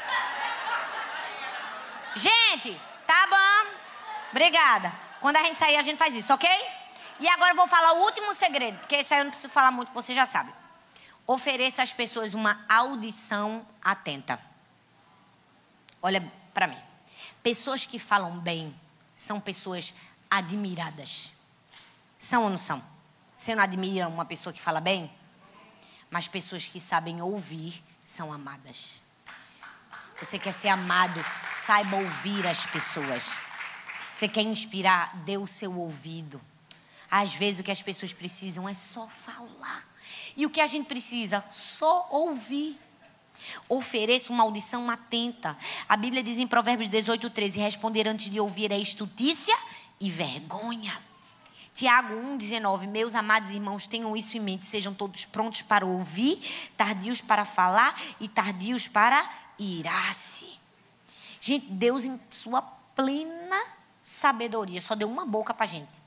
Gente, tá bom? Obrigada. Quando a gente sair, a gente faz isso, ok? E agora eu vou falar o último segredo, porque esse aí eu não preciso falar muito, você já sabe. Ofereça às pessoas uma audição atenta. Olha pra mim. Pessoas que falam bem são pessoas admiradas. São ou não são? Você não admira uma pessoa que fala bem? Mas pessoas que sabem ouvir são amadas. Você quer ser amado, saiba ouvir as pessoas. Você quer inspirar, dê o seu ouvido. Às vezes o que as pessoas precisam é só falar. E o que a gente precisa? Só ouvir. Ofereça uma audição atenta. A Bíblia diz em Provérbios 18:13, responder antes de ouvir é estultícia e vergonha. Tiago 1,19, meus amados irmãos, tenham isso em mente, sejam todos prontos para ouvir, tardios para falar e tardios para irar-se. Gente, Deus em sua plena sabedoria só deu uma boca para a gente.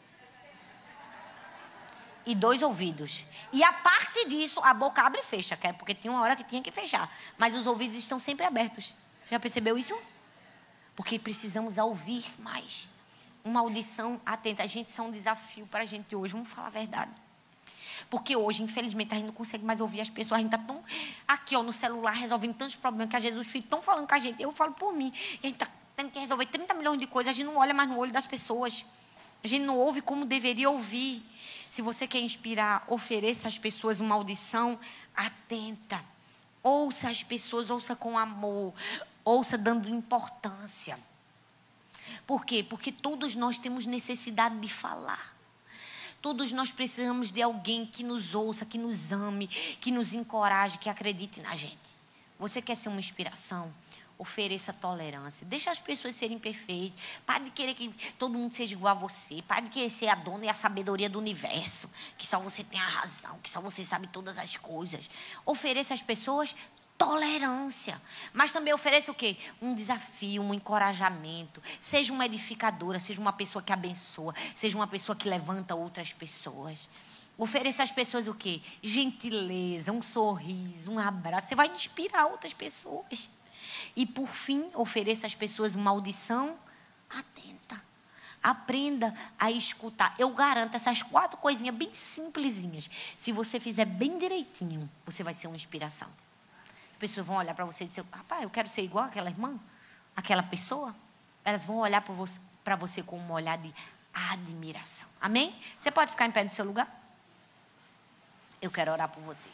E 2 ouvidos. E a parte disso, a boca abre e fecha, porque tinha uma hora que tinha que fechar. Mas os ouvidos estão sempre abertos. Já percebeu isso? Porque precisamos ouvir mais. Uma audição atenta. Gente, isso é um desafio para a gente hoje. Vamos falar a verdade. Porque hoje, infelizmente, a gente não consegue mais ouvir as pessoas. A gente está tão aqui, ó, no celular, resolvendo tantos problemas que às vezes os filhos estão falando com a gente. Eu falo por mim. E a gente está tendo que resolver 30 milhões de coisas. A gente não olha mais no olho das pessoas. A gente não ouve como deveria ouvir. Se você quer inspirar, ofereça às pessoas uma audição atenta. Ouça as pessoas, ouça com amor. Ouça dando importância. Por quê? Porque todos nós temos necessidade de falar. Todos nós precisamos de alguém que nos ouça, que nos ame, que nos encoraje, que acredite na gente. Você quer ser uma inspiração? Ofereça tolerância. Deixa as pessoas serem perfeitas. Pare de querer que todo mundo seja igual a você. Pare de querer ser a dona e a sabedoria do universo. Que só você tem a razão, que só você sabe todas as coisas. Ofereça às pessoas tolerância. Mas também ofereça o quê? Um desafio, um encorajamento. Seja uma edificadora, seja uma pessoa que abençoa, seja uma pessoa que levanta outras pessoas. Ofereça às pessoas o quê? Gentileza, um sorriso, um abraço. Você vai inspirar outras pessoas. E, por fim, ofereça às pessoas uma audição atenta. Aprenda a escutar. Eu garanto essas 4 coisinhas bem simplesinhas. Se você fizer bem direitinho, você vai ser uma inspiração. As pessoas vão olhar para você e dizer, rapaz, eu quero ser igual àquela irmã, aquela pessoa. Elas vão olhar para você com um olhar de admiração. Amém? Você pode ficar em pé no seu lugar? Eu quero orar por você.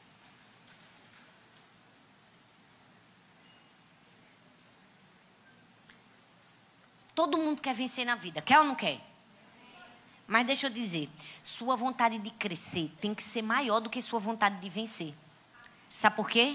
Todo mundo quer vencer na vida. Quer ou não quer? Mas deixa eu dizer, sua vontade de crescer tem que ser maior do que sua vontade de vencer. Sabe por quê?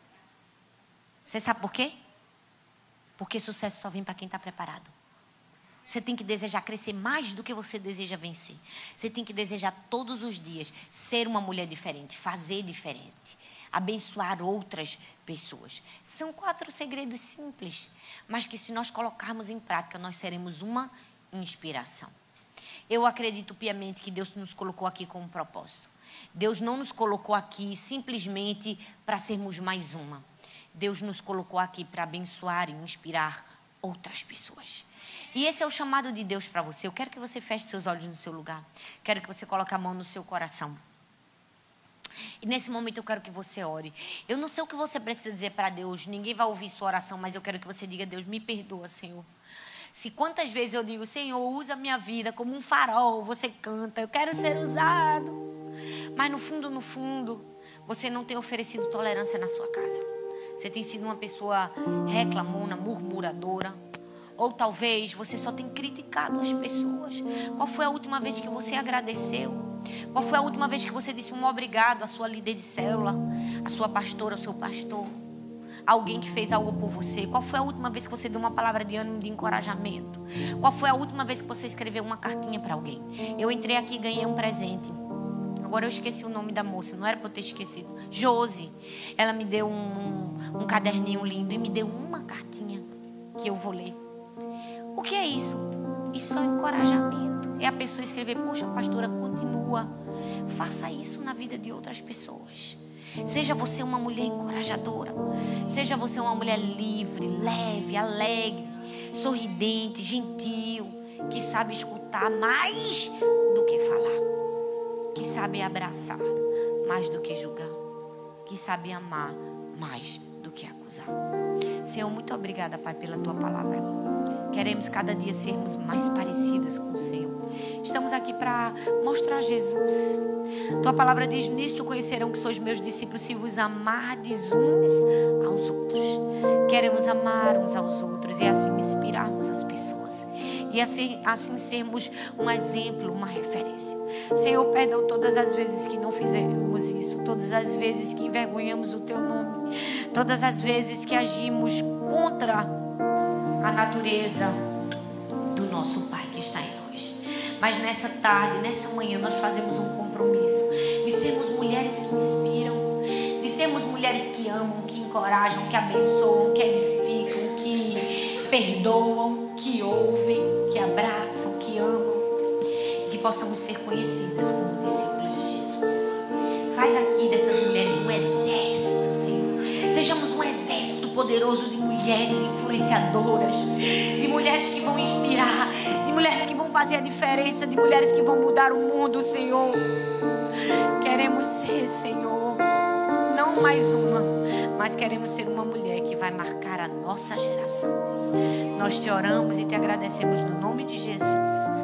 Você sabe por quê? Porque sucesso só vem para quem está preparado. Você tem que desejar crescer mais do que você deseja vencer. Você tem que desejar todos os dias ser uma mulher diferente, fazer diferente, abençoar outras pessoas. São 4 segredos simples, mas que se nós colocarmos em prática, nós seremos uma inspiração. Eu acredito piamente que Deus nos colocou aqui com um propósito. Deus não nos colocou aqui simplesmente para sermos mais uma. Deus nos colocou aqui para abençoar e inspirar outras pessoas. E esse é o chamado de Deus para você. Eu quero que você feche seus olhos no seu lugar. Quero que você coloque a mão no seu coração. E nesse momento eu quero que você ore. Eu não sei o que você precisa dizer para Deus. Ninguém vai ouvir sua oração, mas eu quero que você diga, Deus, me perdoa, Senhor. Se quantas vezes eu digo, Senhor, usa a minha vida como um farol, você canta, eu quero ser usado. Mas no fundo, você não tem oferecido tolerância na sua casa. Você tem sido uma pessoa reclamona, murmuradora. Ou talvez você só tem criticado as pessoas. Qual foi a última vez que você agradeceu? Qual foi a última vez que você disse um obrigado à sua líder de célula, à sua pastora, ao seu pastor? Alguém que fez algo por você? Qual foi a última vez que você deu uma palavra de ânimo, de encorajamento? Qual foi a última vez que você escreveu uma cartinha para alguém? Eu entrei aqui e ganhei um presente. Agora eu esqueci o nome da moça, não era para eu ter esquecido. Josi. Ela me deu um caderninho lindo e me deu uma cartinha que eu vou ler. O que é isso? Isso é um encorajamento. É a pessoa escrever, poxa, pastora, continua. Faça isso na vida de outras pessoas. Seja você uma mulher encorajadora. Seja você uma mulher livre, leve, alegre, sorridente, gentil, que sabe escutar mais do que falar. Que sabe abraçar mais do que julgar. Que sabe amar mais do que acusar. Senhor, muito obrigada, Pai, pela Tua palavra. Queremos cada dia sermos mais parecidas com o Senhor. Estamos aqui para mostrar Jesus. Tua palavra diz, nisto conhecerão que sois meus discípulos se vos amardes uns aos outros. Queremos amar uns aos outros e assim inspirarmos as pessoas. E assim sermos um exemplo, uma referência. Senhor, perdão todas as vezes que não fizemos isso. Todas as vezes que envergonhamos o Teu nome. Todas as vezes que agimos contra a natureza do nosso Pai que está em nós. Mas nessa tarde, nessa manhã, nós fazemos um compromisso de sermos mulheres que inspiram, de sermos mulheres que amam, que encorajam, que abençoam, que edificam, que perdoam, que ouvem, que abraçam, que amam, que possamos ser conhecidas como discípulos de Jesus. Faz aqui dessas mulheres um exército, Senhor. Sejamos um exército poderoso de mulheres influenciadoras, de mulheres que vão inspirar, de mulheres que vão fazer a diferença, de mulheres que vão mudar o mundo, Senhor. Queremos ser, Senhor, não mais uma, mas queremos ser uma mulher que vai marcar a nossa geração. Nós te oramos e te agradecemos no nome de Jesus.